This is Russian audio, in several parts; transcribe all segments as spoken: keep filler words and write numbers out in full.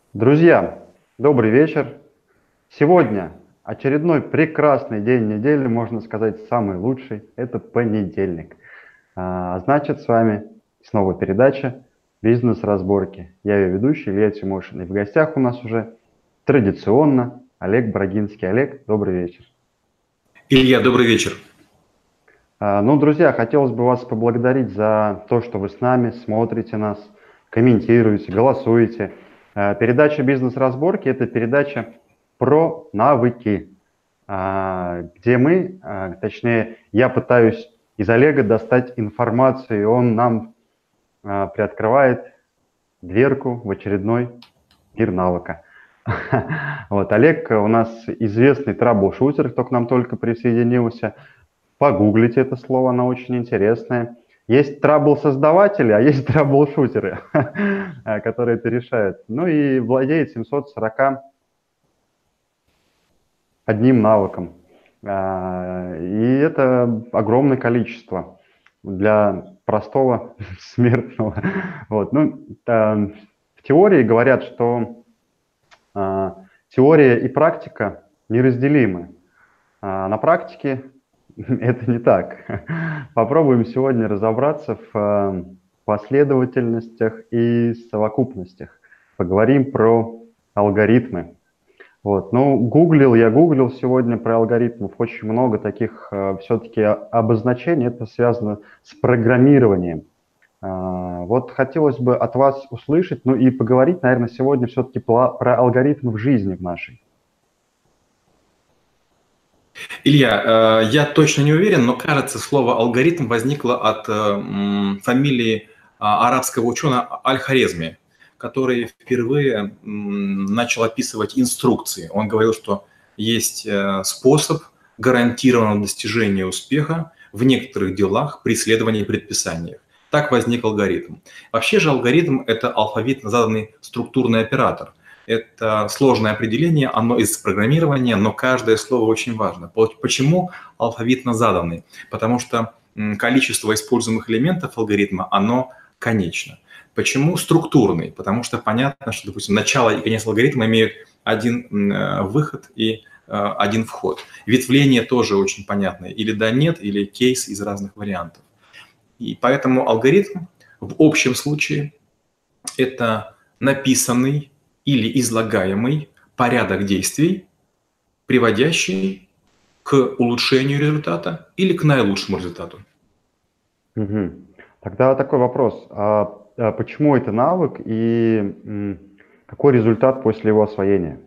Друзья, добрый вечер. Сегодня очередной прекрасный день недели, можно сказать, самый лучший. Это понедельник. А, значит, с вами снова передача «Бизнес-разборки». Я ее ведущий, Илья Тимошин. И в гостях у нас уже традиционно Олег Брагинский. Олег, добрый вечер. Илья, добрый вечер. А, ну, друзья, хотелось бы вас поблагодарить за то, что вы с нами, смотрите нас, комментируете, голосуете. А, Передача «Бизнес-разборки» – это передача про навыки, а, где мы, а, точнее, я пытаюсь из Олега достать информацию, и он нам а, приоткрывает дверку в очередной мир навыка. Вот, Олег у нас известный траблшутер, кто к нам только присоединился. Погуглите это слово, оно очень интересное. Есть трабл-создаватели, а есть трабл-шутеры, которые это решают. Ну и владеет семьсот сорок одним навыком. А, И это огромное количество для простого смертного. Вот. Ну, та- в теории говорят, что а, теория и практика неразделимы. А на практике это не так. Попробуем сегодня разобраться в э, последовательностях и совокупностях. Поговорим про алгоритмы. Вот. Ну, гуглил, я гуглил сегодня про алгоритмов. Очень много таких э, все-таки обозначений. Это связано с программированием. А, вот хотелось бы от вас услышать, ну и поговорить, наверное, сегодня все-таки про, про алгоритмы в жизни в нашей. Илья, э, я точно не уверен, но кажется, слово алгоритм возникло от э, м, фамилии а, арабского ученого Аль-Хорезми, который впервые м, начал описывать инструкции. Он говорил, что есть э, способ гарантированного достижения успеха в некоторых делах при исследовании предписаниях. Так возник алгоритм. Вообще же алгоритм – это алфавитно заданный структурный оператор. Это сложное определение, оно из программирования, но каждое слово очень важно. Почему алфавитно заданный? Потому что количество используемых элементов алгоритма, оно конечно. Почему структурный? Потому что понятно, что, допустим, начало и конец алгоритма имеют один выход и один вход. Ветвление тоже очень понятное. Или да-нет, или кейс из разных вариантов. И поэтому алгоритм в общем случае это написанный или излагаемый порядок действий, приводящий к улучшению результата или к наилучшему результату. Угу. Тогда такой вопрос. А, а почему это навык и м, какой результат после его освоения?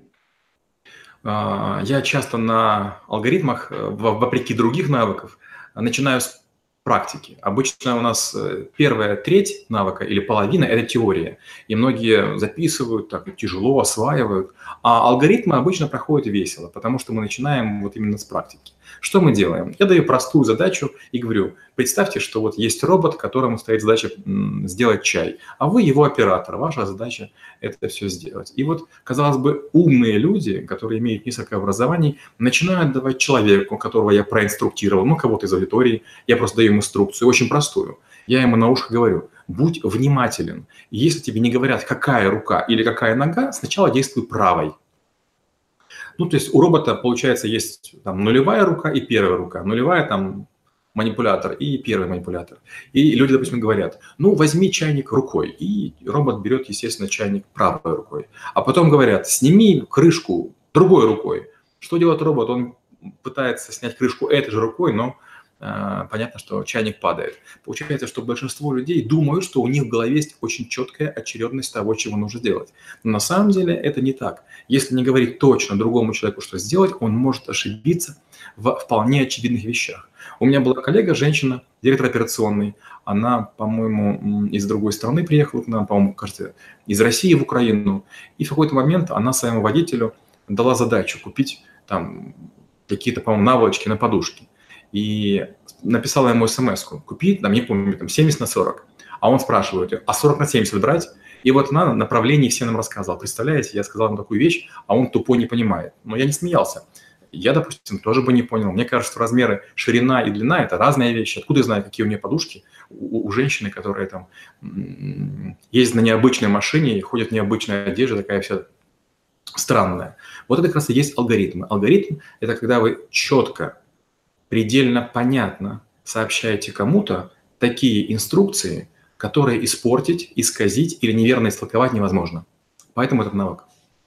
Я часто на алгоритмах, вопреки других навыков, начинаю с практики. Обычно у нас первая треть навыка или половина – это теория. И многие записывают, так тяжело осваивают. А алгоритмы обычно проходят весело, потому что мы начинаем вот именно с практики. Что мы делаем? Я даю простую задачу и говорю, представьте, что вот есть робот, которому стоит задача сделать чай, а вы его оператор, ваша задача это все сделать. И вот, казалось бы, умные люди, которые имеют несколько образований, начинают давать человеку, которого я проинструктировал, ну, кого-то из аудитории, я просто даю ему инструкцию, очень простую. Я ему на ушко говорю, будь внимателен. Если тебе не говорят, какая рука или какая нога, сначала действуй правой. Ну, то есть у робота, получается, есть там нулевая рука и первая рука. Нулевая там манипулятор и первый манипулятор. И люди, допустим, говорят, ну, возьми чайник рукой. И робот берет, естественно, чайник правой рукой. А потом говорят, сними крышку другой рукой. Что делает робот? Он пытается снять крышку этой же рукой, но э, понятно, что чайник падает. Получается, что большинство людей думают, что у них в голове есть очень четкая очередность того, чего нужно делать. Но на самом деле это не так. Если не говорить точно другому человеку, что сделать, он может ошибиться в вполне очевидных вещах. У меня была коллега, женщина, директор операционный. Она, по-моему, из другой страны приехала к нам, по-моему, кажется, из России в Украину. И в какой-то момент она своему водителю дала задачу купить там какие-то, по-моему, наволочки на подушки. И написала ему смс-ку, купи, там, не помню, там семьдесят на сорок. А он спрашивает, а сорок на семьдесят брать? И вот она на направлении все нам рассказала. Представляете, я сказал ему такую вещь, а он тупо не понимает. Но я не смеялся. Я, допустим, тоже бы не понял. Мне кажется, что размеры ширина и длина – это разные вещи. Откуда я знаю, какие у нее подушки? у, у женщины, которая там ездит на необычной машине, ходит в необычной одежде, такая вся странная. Вот это как раз и есть алгоритмы. Алгоритм – это когда вы четко, предельно понятно сообщаете кому-то такие инструкции, которые испортить, исказить или неверно истолковать невозможно. Поэтому этот навык.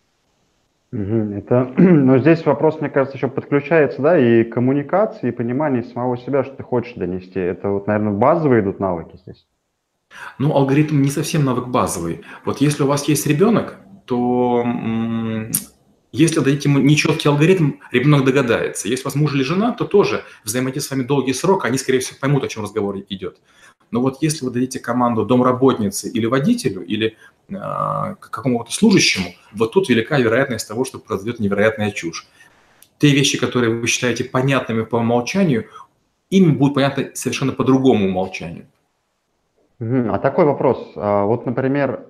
Это, но здесь вопрос, мне кажется, еще подключается, да, и коммуникации, и понимание самого себя, что ты хочешь донести. Это вот, наверное, базовые идут навыки здесь. Ну, алгоритм не совсем навык базовый. Вот если у вас есть ребенок, то м, если дадите ему нечеткий алгоритм, ребенок догадается. Если у вас муж или жена, то тоже взаимодействие с вами долгий срок, они, скорее всего, поймут, о чем разговор идет. Но вот если вы дадите команду домработнице или водителю, или э, какому-то служащему, вот тут велика вероятность того, что произойдет невероятная чушь. Те вещи, которые вы считаете понятными по умолчанию, ими будут понятны совершенно по другому умолчанию. А такой вопрос. Вот, например,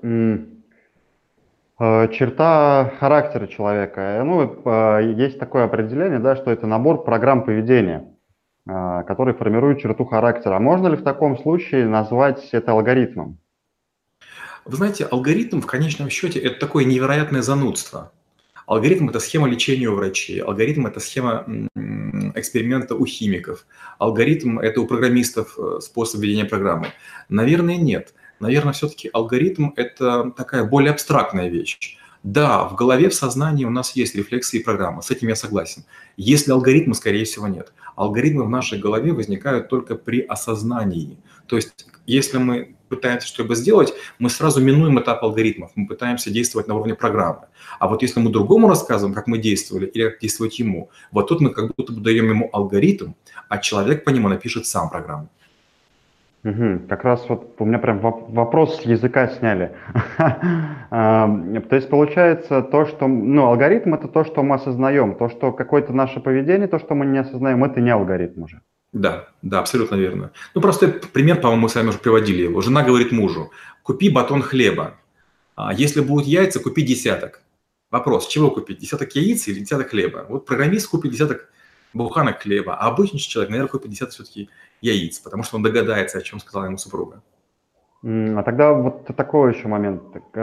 черта характера человека. Ну, есть такое определение, да, что это набор программ поведения, который формирует черту характера. А можно ли в таком случае назвать это алгоритмом? Вы знаете, алгоритм в конечном счете – это такое невероятное занудство. Алгоритм – это схема лечения у врачей, алгоритм – это схема эксперимента у химиков, алгоритм – это у программистов способ ведения программы. Наверное, нет. Наверное, все-таки алгоритм – это такая более абстрактная вещь. Да, в голове, в сознании у нас есть рефлексы и программы, с этим я согласен. Если алгоритма, скорее всего, нет. Алгоритмы в нашей голове возникают только при осознании. То есть, если мы пытаемся что-либо сделать, мы сразу минуем этап алгоритмов, мы пытаемся действовать на уровне программы. А вот если мы другому рассказываем, как мы действовали, или как действовать ему, вот тут мы как будто бы даем ему алгоритм, а человек по нему напишет сам программу. Угу. Как раз вот у меня прям вопрос с языка сняли. То есть получается то, что, ну, алгоритм – это то, что мы осознаем, то, что какое-то наше поведение, то, что мы не осознаем, это не алгоритм уже. Да, да, абсолютно верно. Ну, простой пример, по-моему, мы с вами уже приводили его. Жена говорит мужу: купи батон хлеба. А если будут яйца, купи десяток. Вопрос: чего купить? Десяток яиц или десяток хлеба? Вот программист купит десяток буханок хлеба, а обычный человек, наверное, купит десяток все-таки яиц, потому что он догадается, о чем сказала ему супруга. А тогда вот такой еще момент.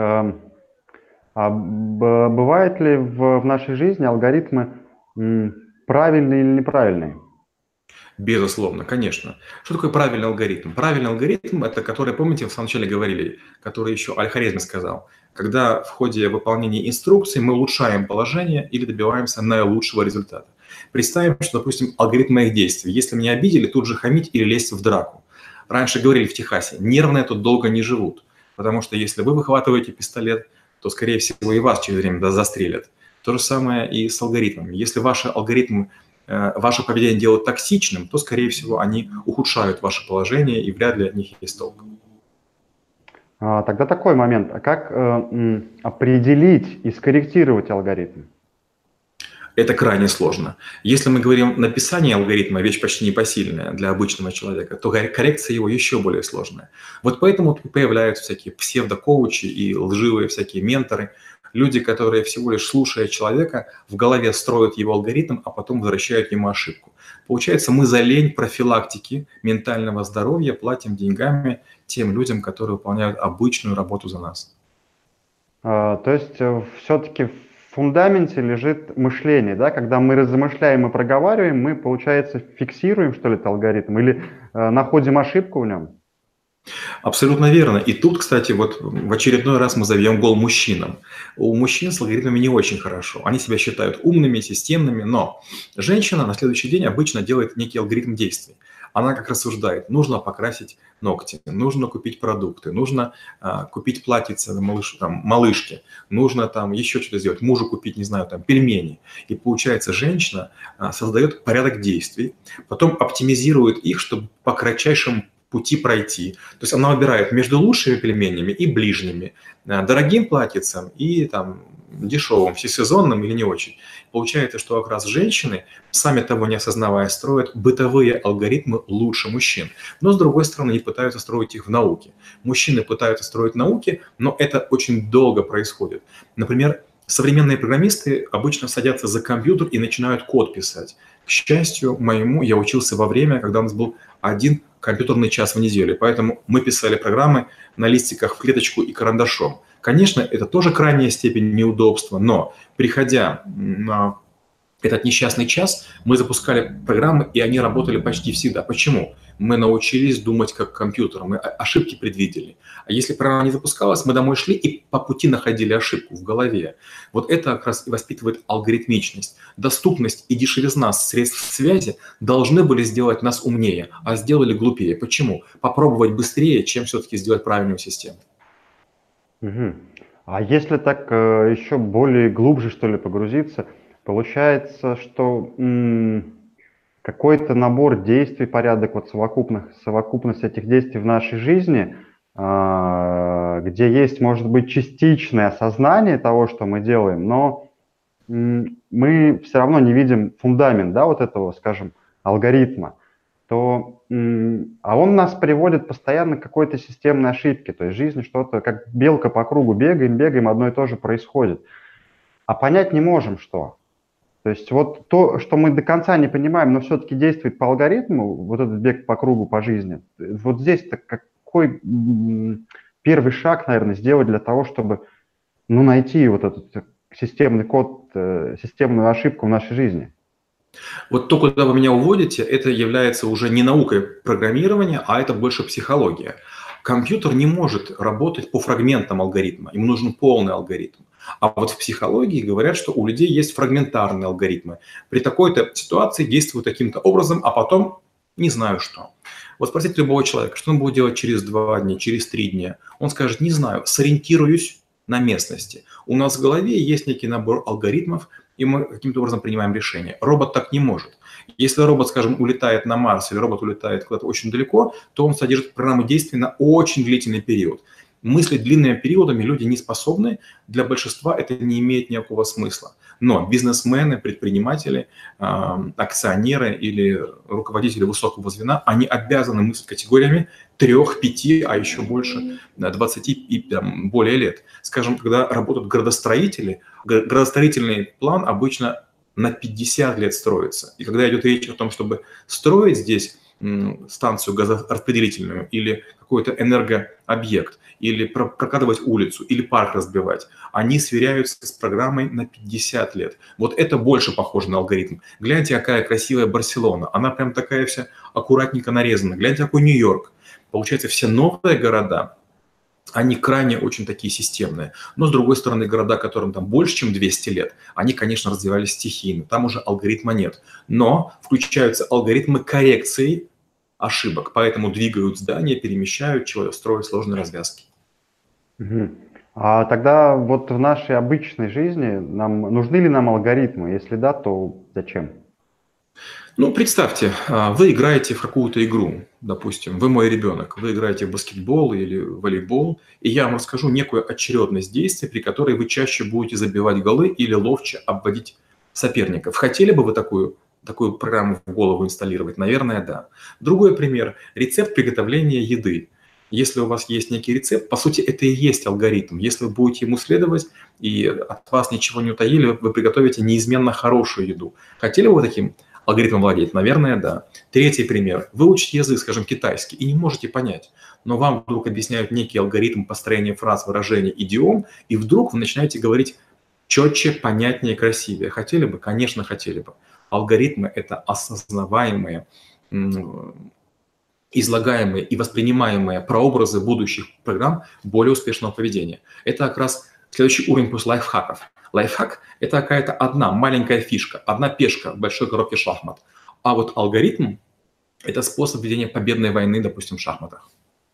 А бывает ли в нашей жизни алгоритмы правильные или неправильные? Безусловно, конечно. Что такое правильный алгоритм? Правильный алгоритм – это который, помните, в самом начале говорили, который еще Аль-Хорезми сказал, когда в ходе выполнения инструкций мы улучшаем положение или добиваемся наилучшего результата. Представим, что, допустим, алгоритм моих действий. Если меня обидели, тут же хамить или лезть в драку. Раньше говорили в Техасе: нервные тут долго не живут, потому что если вы выхватываете пистолет, то, скорее всего, и вас через время застрелят. То же самое и с алгоритмами. Если ваши алгоритмы, ваше поведение делают токсичным, то, скорее всего, они ухудшают ваше положение, и вряд ли от них есть толк. А, тогда такой момент. А как э, определить и скорректировать алгоритм? Это крайне сложно. Если мы говорим написание алгоритма, вещь почти непосильная для обычного человека, то коррекция его еще более сложная. Вот поэтому появляются всякие псевдокоучи и лживые всякие менторы, люди, которые всего лишь слушая человека, в голове строят его алгоритм, а потом возвращают ему ошибку. Получается, мы за лень профилактики ментального здоровья платим деньгами тем людям, которые выполняют обычную работу за нас. А, то есть все-таки в фундаменте лежит мышление, да? Когда мы размышляем и проговариваем, мы, получается, фиксируем, что ли, этот алгоритм или э, находим ошибку в нем? Абсолютно верно. И тут, кстати, вот в очередной раз мы забьем гол мужчинам. У мужчин с алгоритмами не очень хорошо. Они себя считают умными, системными, но женщина на следующий день обычно делает некий алгоритм действий. Она как рассуждает: нужно покрасить ногти, нужно купить продукты, нужно а, купить платьице малыш, там, малышке, нужно там еще что-то сделать, мужу купить, не знаю, там, пельмени. И получается, женщина а, создает порядок действий, потом оптимизирует их, чтобы по кратчайшему пути пройти. То есть она выбирает между лучшими пельменями и ближними, дорогим платьицем и там дешевым, всесезонным или не очень. Получается, что как раз женщины, сами того не осознавая, строят бытовые алгоритмы лучше мужчин. Но, с другой стороны, не пытаются строить их в науке. Мужчины пытаются строить науки, но это очень долго происходит. Например, современные программисты обычно садятся за компьютер и начинают код писать. К счастью моему, я учился во время, когда у нас был один компьютерный час в неделю, поэтому мы писали программы на листиках в клеточку и карандашом. Конечно, это тоже крайняя степень неудобства, но приходя на этот несчастный час, мы запускали программы, и они работали почти всегда. Почему? Мы научились думать как компьютер, мы ошибки предвидели. А если программа не запускалась, мы домой шли и по пути находили ошибку в голове. Вот это как раз и воспитывает алгоритмичность. Доступность и дешевизна средств связи должны были сделать нас умнее, а сделали глупее. Почему? Попробовать быстрее, чем все-таки сделать правильную систему. Угу. А если так э, еще более глубже, что ли, погрузиться, получается, что м, какой-то набор действий, порядок, вот совокупных, совокупность этих действий в нашей жизни, а, где есть, может быть, частичное осознание того, что мы делаем, но м, мы все равно не видим фундамент, да, вот этого, скажем, алгоритма, то, м, а он нас приводит постоянно к какой-то системной ошибке, то есть в жизни что-то, как белка по кругу бегаем, бегаем, одно и то же происходит, а понять не можем, что. То есть вот то, что мы до конца не понимаем, но все-таки действует по алгоритму, вот этот бег по кругу по жизни, вот здесь-то какой м, первый шаг, наверное, сделать для того, чтобы ну, найти вот этот системный код, э, системную ошибку в нашей жизни? Вот то, куда вы меня уводите, это является уже не наукой программирования, а это больше психология. Компьютер не может работать по фрагментам алгоритма, ему нужен полный алгоритм. А вот в психологии говорят, что у людей есть фрагментарные алгоритмы. При такой-то ситуации действуют таким-то образом, а потом не знаю что. Вот спросите любого человека, что он будет делать через два дня, через три дня. Он скажет, не знаю, сориентируюсь на местности. У нас в голове есть некий набор алгоритмов, и мы каким-то образом принимаем решение. Робот так не может. Если робот, скажем, улетает на Марс или робот улетает куда-то очень далеко, то он содержит программу действий на очень длительный период. Мыслить длинными периодами люди не способны, для большинства это не имеет никакого смысла. Но бизнесмены, предприниматели, акционеры или руководители высокого звена, они обязаны мыслить категориями трех, пяти, а еще больше, двадцати и там, более лет. Скажем, когда работают градостроители, градостроительный план обычно на пятьдесят лет строится. И когда идет речь о том, чтобы строить здесь станцию газораспределительную или какой-то энергообъект, или прокладывать улицу, или парк разбивать, они сверяются с программой на пятьдесят лет. Вот это больше похоже на алгоритм. Гляньте, какая красивая Барселона. Она прям такая вся аккуратненько нарезана. Гляньте, какой Нью-Йорк. Получается, все новые города, они крайне очень такие системные. Но, с другой стороны, города, которым там больше, чем двести лет, они, конечно, развивались стихийно. Там уже алгоритма нет. Но включаются алгоритмы коррекции ошибок. Поэтому двигают здания, перемещают, чего строят сложные развязки. Угу. А тогда вот в нашей обычной жизни нам, нужны ли нам алгоритмы? Если да, то зачем? Ну, представьте, вы играете в какую-то игру, допустим, вы мой ребенок, вы играете в баскетбол или в волейбол, и я вам расскажу некую очередность действий, при которой вы чаще будете забивать голы или ловче обводить соперников. Хотели бы вы такую, такую программу в голову инсталлировать? Наверное, да. Другой пример – рецепт приготовления еды. Если у вас есть некий рецепт, по сути, это и есть алгоритм. Если вы будете ему следовать и от вас ничего не утаили, вы приготовите неизменно хорошую еду. Хотели бы вы таким алгоритмом владеть? Наверное, да. Третий пример. Вы учите язык, скажем, китайский, и не можете понять, но вам вдруг объясняют некий алгоритм построения фраз, выражений, идиом, и вдруг вы начинаете говорить четче, понятнее, красивее. Хотели бы? Конечно, хотели бы. Алгоритмы – это осознаваемые, излагаемые и воспринимаемые прообразы будущих программ более успешного поведения. Это как раз следующий уровень после лайфхаков. Лайфхак – это какая-то одна маленькая фишка, одна пешка в большой коробке шахмат. А вот алгоритм – это способ ведения победной войны, допустим, в шахматах.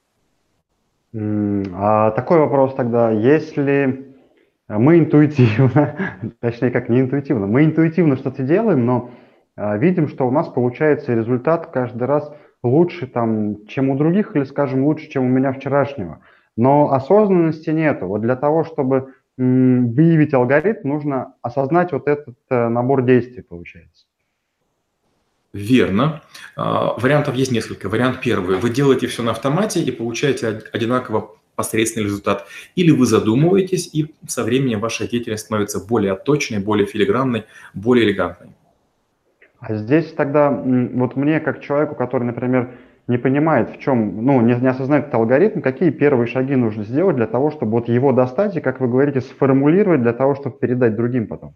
А такой вопрос тогда, если мы интуитивно, точнее как не интуитивно, мы интуитивно что-то делаем, но видим, что у нас получается результат каждый раз лучше, там, чем у других, или, скажем, лучше, чем у меня вчерашнего. Но осознанности нету. Вот для того, чтобы м, выявить алгоритм, нужно осознать вот этот э, набор действий, получается. Верно. А, вариантов есть несколько. Вариант первый. Вы делаете все на автомате и получаете одинаково посредственный результат. Или вы задумываетесь, и со временем ваша деятельность становится более отточенной, более филигранной, более элегантной. А здесь тогда, вот мне, как человеку, который, например, не понимает, в чем, ну, не, не осознает этот алгоритм, какие первые шаги нужно сделать для того, чтобы вот его достать и, как вы говорите, сформулировать для того, чтобы передать другим потом?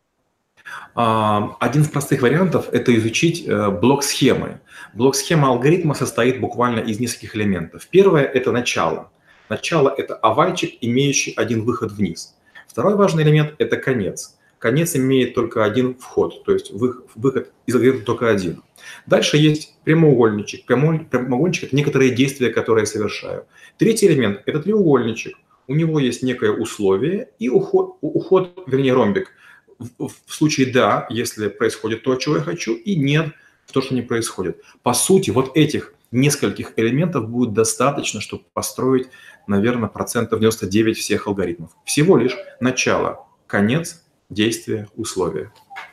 А, Один из простых вариантов – это изучить э, блок-схемы. Блок-схема алгоритма состоит буквально из нескольких элементов. Первое – это начало. Начало – это овальчик, имеющий один выход вниз. Второй важный элемент – это конец. Конец имеет только один вход, то есть выход из алгоритма только один. Дальше есть прямоугольничек. Прямоугольничек – это некоторые действия, которые я совершаю. Третий элемент – это треугольничек. У него есть некое условие и уход, уход вернее, ромбик. В, в случае «да», если происходит то, чего я хочу, и «нет», то, что не происходит. По сути, вот этих нескольких элементов будет достаточно, чтобы построить, наверное, процентов девяносто девять всех алгоритмов. Всего лишь начало, конец, действие, условия.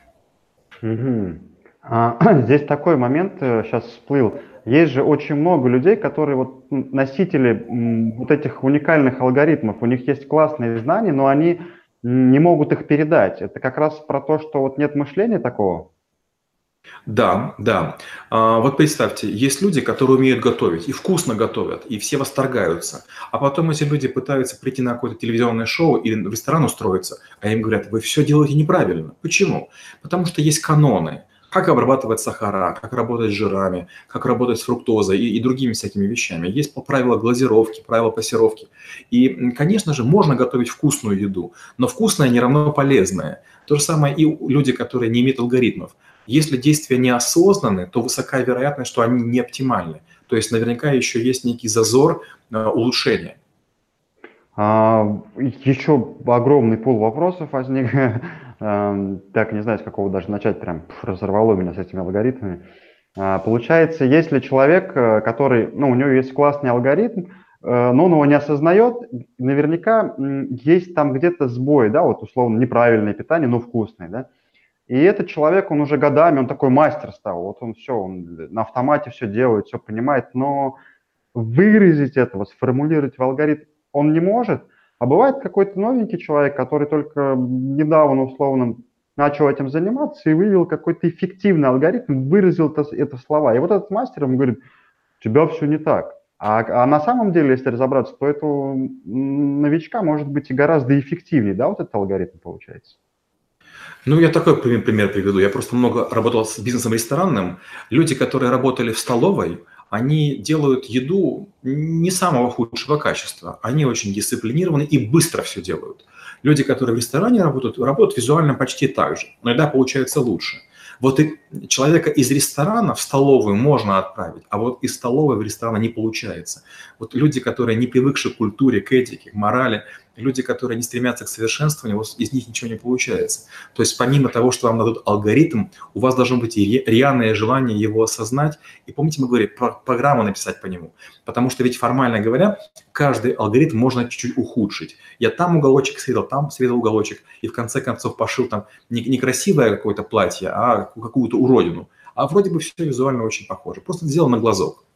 Угу. А, здесь такой момент сейчас всплыл. Есть же очень много людей, которые вот носители м, вот этих уникальных алгоритмов. У них есть классные знания, но они не могут их передать. Это как раз про то, что вот нет мышления такого. Да, да. А, вот представьте, есть люди, которые умеют готовить и вкусно готовят, и все восторгаются. А потом эти люди пытаются прийти на какое-то телевизионное шоу или в ресторан устроиться, а им говорят: вы все делаете неправильно. Почему? Потому что есть каноны. Как обрабатывать сахара, как работать с жирами, как работать с фруктозой и, и другими всякими вещами. Есть правила глазировки, правила пассировки. И, конечно же, можно готовить вкусную еду, но вкусное не равно полезное. То же самое и люди, которые не имеют алгоритмов. Если действия неосознанны, то высока вероятность, что они не оптимальны. То есть наверняка еще есть некий зазор э, улучшения. А, еще огромный пул вопросов возник. Так, не знаю, с какого даже начать, прям разорвало меня с этими алгоритмами. А, Получается, если человек, э, который, ну, у него есть классный алгоритм, э, но он его не осознает, наверняка м, есть там где-то сбой, да, вот условно неправильное питание, но вкусное, да. И этот человек, он уже годами, он такой мастер стал, вот он все, он на автомате все делает, все понимает, но выразить это, вот сформулировать в алгоритм он не может. А бывает какой-то новенький человек, который только недавно условно начал этим заниматься и вывел какой-то эффективный алгоритм, выразил это, это в слова. И вот этот мастер ему говорит: у тебя все не так. А, а на самом деле, если разобраться, то этого новичка может быть и гораздо эффективнее, да, вот этот алгоритм получается. Ну, я такой пример приведу. Я просто много работал с бизнесом ресторанным. Люди, которые работали в столовой, они делают еду не самого худшего качества. Они очень дисциплинированы и быстро все делают. Люди, которые в ресторане работают, работают визуально почти так же, но еда получается лучше. Вот и человека из ресторана в столовую можно отправить, а вот из столовой в ресторан не получается. Вот люди, которые не привыкши к культуре, к этике, к морали, люди, которые не стремятся к совершенствованию, вот из них ничего не получается. То есть помимо того, что вам дадут алгоритм, у вас должно быть и реальное желание его осознать. И помните, мы говорили, про программу написать по нему. Потому что ведь формально говоря, каждый алгоритм можно чуть-чуть ухудшить. Я там уголочек срезал, там срезал уголочек, и в конце концов пошил там не, не красивое какое-то платье, а какую-то уродину. А вроде бы все визуально очень похоже. Просто сделано на глазок.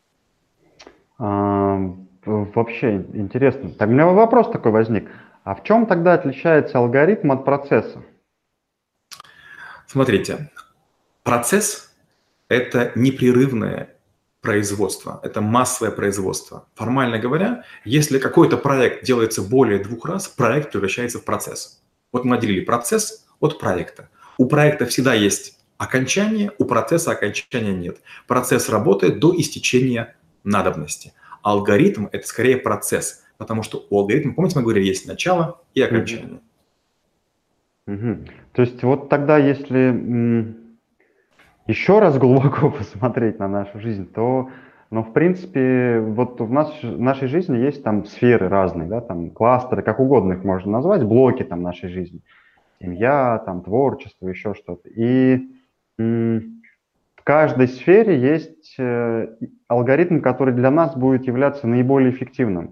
А, Вообще интересно. Так, у меня вопрос такой возник. А в чем тогда отличается алгоритм от процесса? Смотрите, процесс – это непрерывное производство, это массовое производство. Формально говоря, если какой-то проект делается более двух раз, проект превращается в процесс. Вот мы отделили процесс от проекта. У проекта всегда есть окончание, у процесса окончания нет. Процесс работает до истечения надобности. Алгоритм – это скорее процесс, потому что у алгоритма, помните, мы говорили, есть начало и окончание. Угу. То есть вот тогда, если м, еще раз глубоко посмотреть на нашу жизнь, то, ну, в принципе, вот в, нас, в нашей жизни есть там сферы разные, да, там кластеры, как угодно их можно назвать, блоки там нашей жизни. Семья, там творчество, еще что-то. И м, в каждой сфере есть э, алгоритм, который для нас будет являться наиболее эффективным.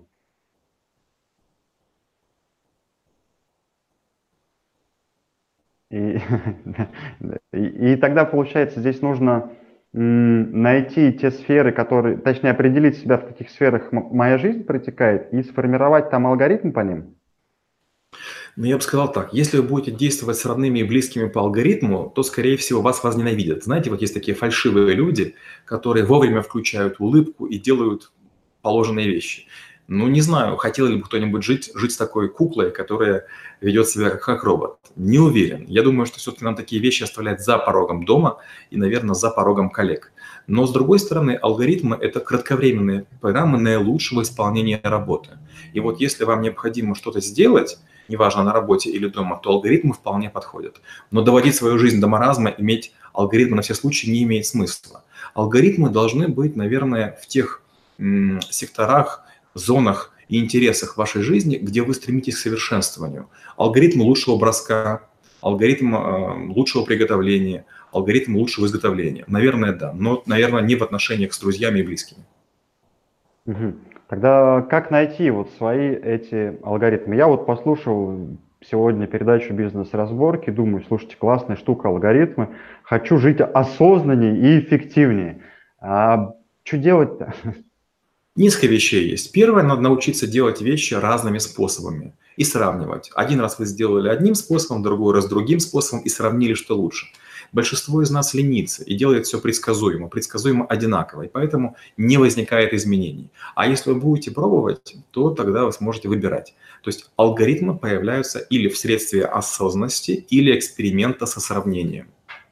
И, и, и тогда, получается, здесь нужно м, найти те сферы, которые, точнее, определить себя, в каких сферах м- моя жизнь протекает, и сформировать там алгоритм по ним. Но я бы сказал так, если вы будете действовать с родными и близкими по алгоритму, то, скорее всего, вас возненавидят. Знаете, вот есть такие фальшивые люди, которые вовремя включают улыбку и делают положенные вещи. Ну, не знаю, хотел ли бы кто-нибудь жить, жить с такой куклой, которая ведет себя как робот. Не уверен. Я думаю, что все-таки нам такие вещи оставлять за порогом дома и, наверное, за порогом коллег. Но, с другой стороны, алгоритмы – это кратковременные программы наилучшего исполнения работы. И вот если вам необходимо что-то сделать, неважно, на работе или дома, то алгоритмы вполне подходят. Но доводить свою жизнь до маразма, иметь алгоритмы на все случаи не имеет смысла. Алгоритмы должны быть, наверное, в тех м, секторах, зонах и интересах вашей жизни, где вы стремитесь к совершенствованию. Алгоритм лучшего броска, алгоритм э, лучшего приготовления, алгоритм лучшего изготовления. Наверное, да, но, наверное, не в отношениях с друзьями и близкими. Мгм. Тогда как найти вот свои эти алгоритмы? Я вот послушал сегодня передачу «Бизнес-разборки», думаю, слушайте, классная штука, алгоритмы. Хочу жить осознаннее и эффективнее. А что делать-то? Несколько вещей есть. Первое, надо научиться делать вещи разными способами и сравнивать. Один раз вы сделали одним способом, другой раз другим способом и сравнили, что лучше. Большинство из нас ленится и делает все предсказуемо, предсказуемо одинаково, и поэтому не возникает изменений. А если вы будете пробовать, то тогда вы сможете выбирать. То есть алгоритмы появляются или вследствие осознанности, или эксперимента со сравнением.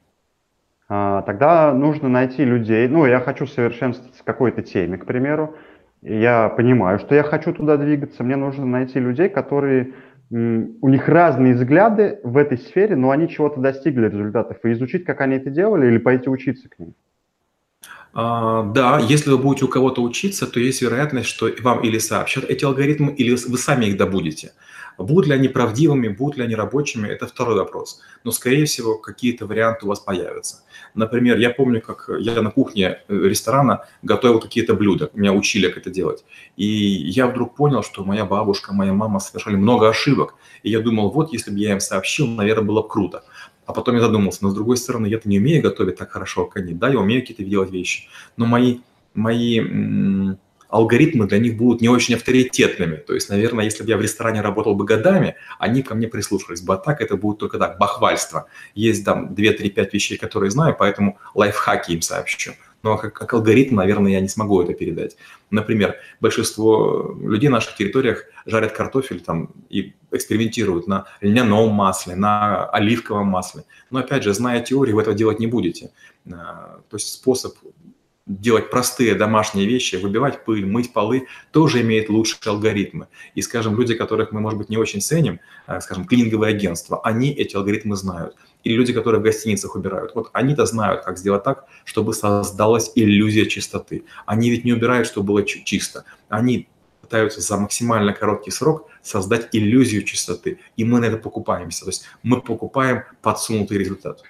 А, тогда нужно найти людей. Ну, я хочу совершенствоваться в какой-то теме, к примеру. И я понимаю, что я хочу туда двигаться. Мне нужно найти людей, которые м, у них разные взгляды в этой сфере, но они чего-то достигли результатов. И изучить, как они это делали, или пойти учиться к ним. А, да, если вы будете у кого-то учиться, то есть вероятность, что вам или сообщат эти алгоритмы, или вы сами их добудете. Будут ли они правдивыми, будут ли они рабочими, это второй вопрос. Но, скорее всего, какие-то варианты у вас появятся. Например, я помню, как я на кухне э, ресторана готовил какие-то блюда. Меня учили, как это делать. И я вдруг понял, что моя бабушка, моя мама совершали много ошибок. И я думал, вот если бы я им сообщил, наверное, было бы круто. А потом я задумался, но с другой стороны, я-то не умею готовить так хорошо, как они. Да, я умею какие-то делать вещи, но мои, мои м, алгоритмы для них будут не очень авторитетными. То есть, наверное, если бы я в ресторане работал бы годами, они ко мне прислушались бы. А так это будет только так, бахвальство. Есть там две, три, пять вещей, которые знаю, поэтому лайфхаки им сообщу. Но как, как алгоритм, наверное, я не смогу это передать. Например, большинство людей на наших территориях жарят картофель там, и экспериментируют на льняном масле, на оливковом масле. Но опять же, зная теорию, вы этого делать не будете. А, То есть способ делать простые домашние вещи, выбивать пыль, мыть полы, тоже имеет лучшие алгоритмы. И, скажем, люди, которых мы, может быть, не очень ценим, а, скажем, клининговые агентства, они эти алгоритмы знают. Или люди, которые в гостиницах убирают. Вот они-то знают, как сделать так, чтобы создалась иллюзия чистоты. Они ведь не убирают, чтобы было чисто. Они пытаются за максимально короткий срок создать иллюзию чистоты. И мы на это покупаемся. То есть мы покупаем подсунутый результат.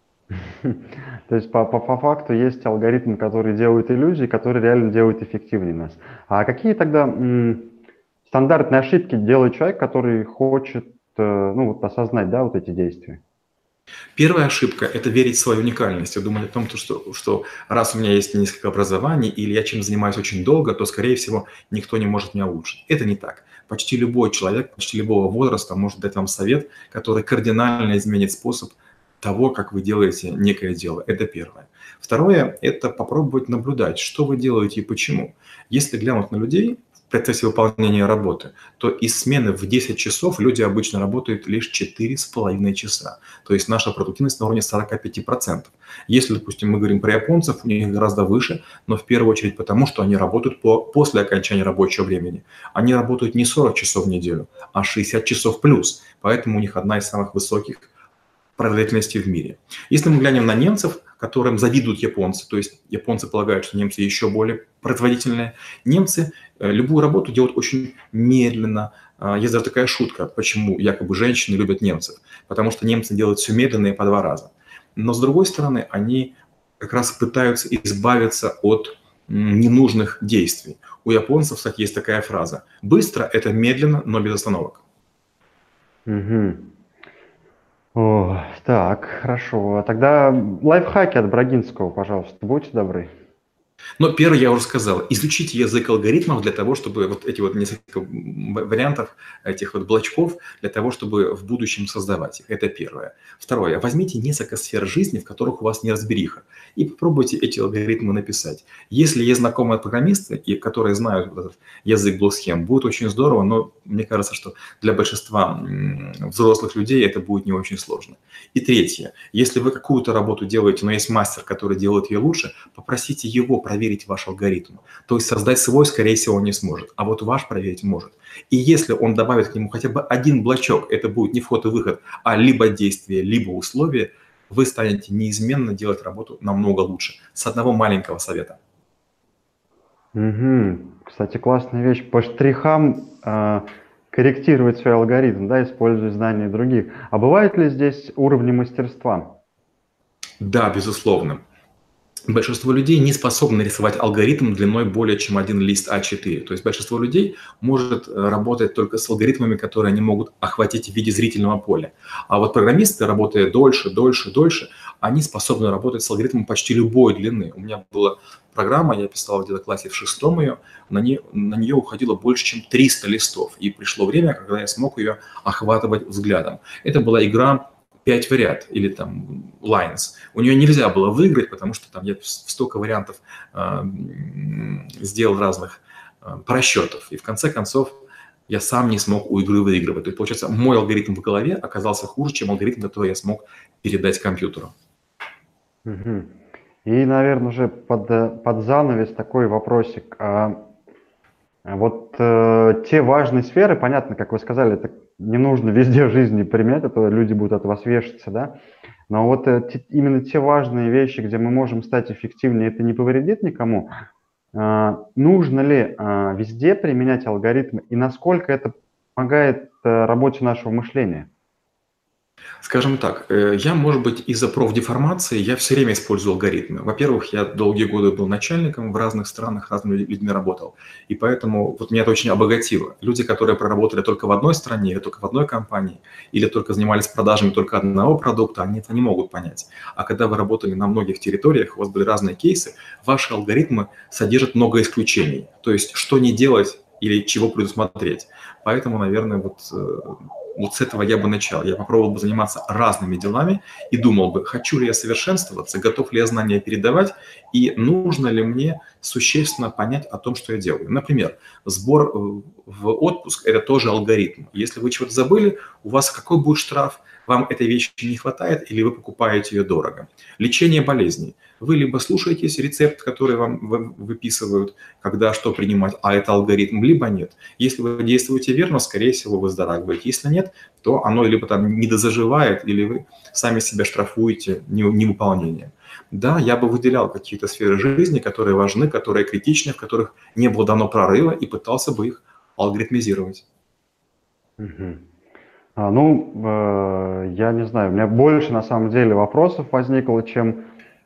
То есть по, по, по факту есть алгоритмы, которые делают иллюзии, которые реально делают эффективнее нас. А какие тогда м, стандартные ошибки делает человек, который хочет э, ну, вот, осознать, да, вот эти действия? Первая ошибка – это верить в свою уникальность. Я думаю о том, что, что раз у меня есть несколько образований или я чем занимаюсь очень долго, то, скорее всего, никто не может меня улучшить. Это не так. Почти любой человек, почти любого возраста может дать вам совет, который кардинально изменит способ того, как вы делаете некое дело. Это первое. Второе – это попробовать наблюдать, что вы делаете и почему. Если глянуть на людей в процессе выполнения работы, то из смены в десять часов люди обычно работают лишь четыре с половиной часа. То есть наша продуктивность на уровне сорок пять процентов. Если, допустим, мы говорим про японцев, у них гораздо выше, но в первую очередь потому, что они работают по, после окончания рабочего времени. Они работают не сорок часов в неделю, а шестьдесят часов плюс. Поэтому у них одна из самых высоких продолжительности в мире. Если мы глянем на немцев, которым завидуют японцы, то есть японцы полагают, что немцы еще более производительные, немцы э, любую работу делают очень медленно. А, Есть даже такая шутка, почему якобы женщины любят немцев. Потому что немцы делают все медленно и по два раза. Но с другой стороны, они как раз пытаются избавиться от м, ненужных действий. У японцев, кстати, есть такая фраза: «Быстро – это медленно, но без остановок». Мгм. О, так, хорошо. А тогда лайфхаки от Брагинского, пожалуйста, будьте добры. Но первое я уже сказал, изучите язык алгоритмов для того, чтобы вот эти вот несколько вариантов этих вот блочков, для того, чтобы в будущем создавать их. Это первое. Второе. Возьмите несколько сфер жизни, в которых у вас неразбериха, и попробуйте эти алгоритмы написать. Если есть знакомые программисты, которые знают этот язык блок-схем, будет очень здорово, но мне кажется, что для большинства взрослых людей это будет не очень сложно. И третье. Если вы какую-то работу делаете, но есть мастер, который делает ее лучше, попросите его проверить ваш алгоритм. То есть создать свой, скорее всего, он не сможет, а вот ваш проверить может. И если он добавит к нему хотя бы один блочок, это будет не вход и выход, а либо действие, либо условие, вы станете неизменно делать работу намного лучше. С одного маленького совета. Угу. Кстати, классная вещь. По штрихам э, корректировать свой алгоритм, да, используя знания других. А бывают ли здесь уровни мастерства? Да, безусловно. Большинство людей не способны рисовать алгоритм длиной более чем один лист а четыре. То есть большинство людей может работать только с алгоритмами, которые они могут охватить в виде зрительного поля. А вот программисты, работая дольше, дольше, дольше, они способны работать с алгоритмом почти любой длины. У меня была программа, я писал где-то в классе в шестом ее, на, не, на нее уходило больше, чем триста листов. И пришло время, когда я смог ее охватывать взглядом. Это была игра пять в ряд или там lines. У нее нельзя было выиграть, потому что там я столько вариантов э, сделал разных э, просчетов. И в конце концов я сам не смог у игры выигрывать. То есть, получается, мой алгоритм в голове оказался хуже, чем алгоритм, который я смог передать компьютеру. Угу. И, наверное, уже под, под занавес такой вопросик. А вот э, те важные сферы, понятно, как вы сказали, это не нужно везде в жизни применять, а то люди будут от вас вешаться, да? Но вот э, те, именно те важные вещи, где мы можем стать эффективнее, это не повредит никому. А, нужно ли а, везде применять алгоритмы и насколько это помогает а, работе нашего мышления? Скажем так, я, может быть, из-за профдеформации я все время использую алгоритмы. Во-первых, я долгие годы был начальником в разных странах, разными людьми работал. И поэтому вот меня это очень обогатило. Люди, которые проработали только в одной стране, или только в одной компании, или только занимались продажами только одного продукта, они это не могут понять. А когда вы работали на многих территориях, у вас были разные кейсы, ваши алгоритмы содержат много исключений. То есть, что не делать или чего предусмотреть. Поэтому, наверное, вот... Вот с этого я бы начал. Я попробовал бы заниматься разными делами и думал бы, хочу ли я совершенствоваться, готов ли я знания передавать и нужно ли мне существенно понять о том, что я делаю. Например, сбор в отпуск – это тоже алгоритм. Если вы чего-то забыли, у вас какой будет штраф? Вам этой вещи не хватает или вы покупаете ее дорого? Лечение болезней. Вы либо слушаетесь рецепт, который вам выписывают, когда что принимать, а это алгоритм, либо нет. Если вы действуете верно, скорее всего, вы выздоравливаете. Если нет, то оно либо там недозаживает, или вы сами себя штрафуете невыполнением. Да, я бы выделял какие-то сферы жизни, которые важны, которые критичны, в которых не было дано прорыва, и пытался бы их алгоритмизировать. Угу. А, ну, э, я не знаю, у меня больше на самом деле вопросов возникло, чем,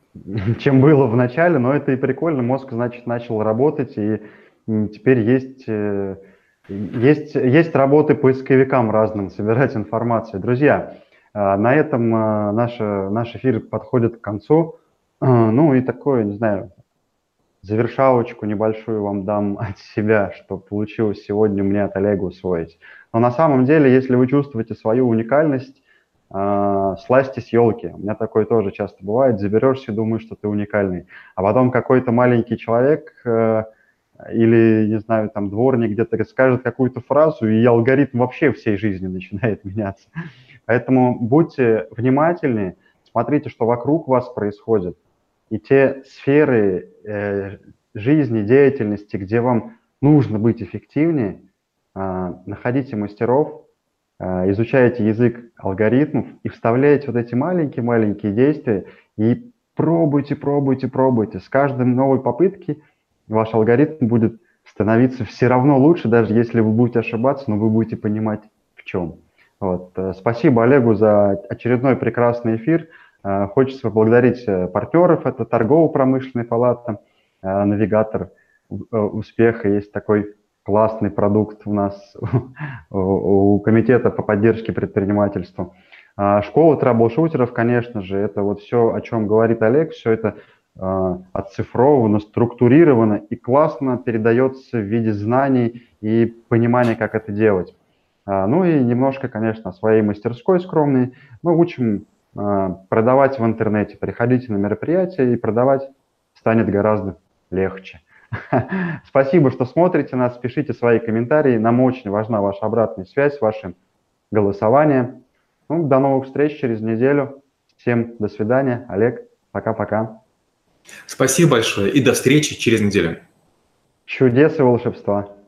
чем было в начале, но это и прикольно, мозг, значит, начал работать, и теперь есть, э, есть, есть работы поисковикам разным, собирать информацию. Друзья, э, на этом э, наш, наш эфир подходит к концу, э, ну и такое, не знаю, завершалочку небольшую вам дам от себя, что получилось сегодня мне от Олега усвоить. Но на самом деле, если вы чувствуете свою уникальность, э, слазьте с елки. У меня такое тоже часто бывает. Заберешься и думаешь, что ты уникальный. А потом какой-то маленький человек э, или, не знаю, там дворник где-то скажет какую-то фразу, и алгоритм вообще всей жизни начинает меняться. Поэтому будьте внимательны, смотрите, что вокруг вас происходит. И те сферы э, жизни, деятельности, где вам нужно быть эффективнее, э, находите мастеров, э, изучайте язык алгоритмов и вставляйте вот эти маленькие-маленькие действия и пробуйте, пробуйте, пробуйте. С каждой новой попытки ваш алгоритм будет становиться все равно лучше, даже если вы будете ошибаться, но вы будете понимать, в чем. Вот. Спасибо Олегу за очередной прекрасный эфир. Хочется поблагодарить партнеров, это торгово-промышленная палата, навигатор успеха, есть такой классный продукт у нас у комитета по поддержке предпринимательства. Школа трэблшутеров, конечно же, это вот все, о чем говорит Олег, все это э, оцифровано, структурировано и классно передается в виде знаний и понимания, как это делать. А, ну и немножко, конечно, о своей мастерской скромной. Мы учим э, продавать в интернете. Приходите на мероприятия, и продавать станет гораздо легче. Спасибо, что смотрите нас, пишите свои комментарии. Нам очень важна ваша обратная связь, ваше голосование. Ну, до новых встреч через неделю. Всем до свидания. Олег, пока-пока. Спасибо большое и до встречи через неделю. Чудес и волшебства.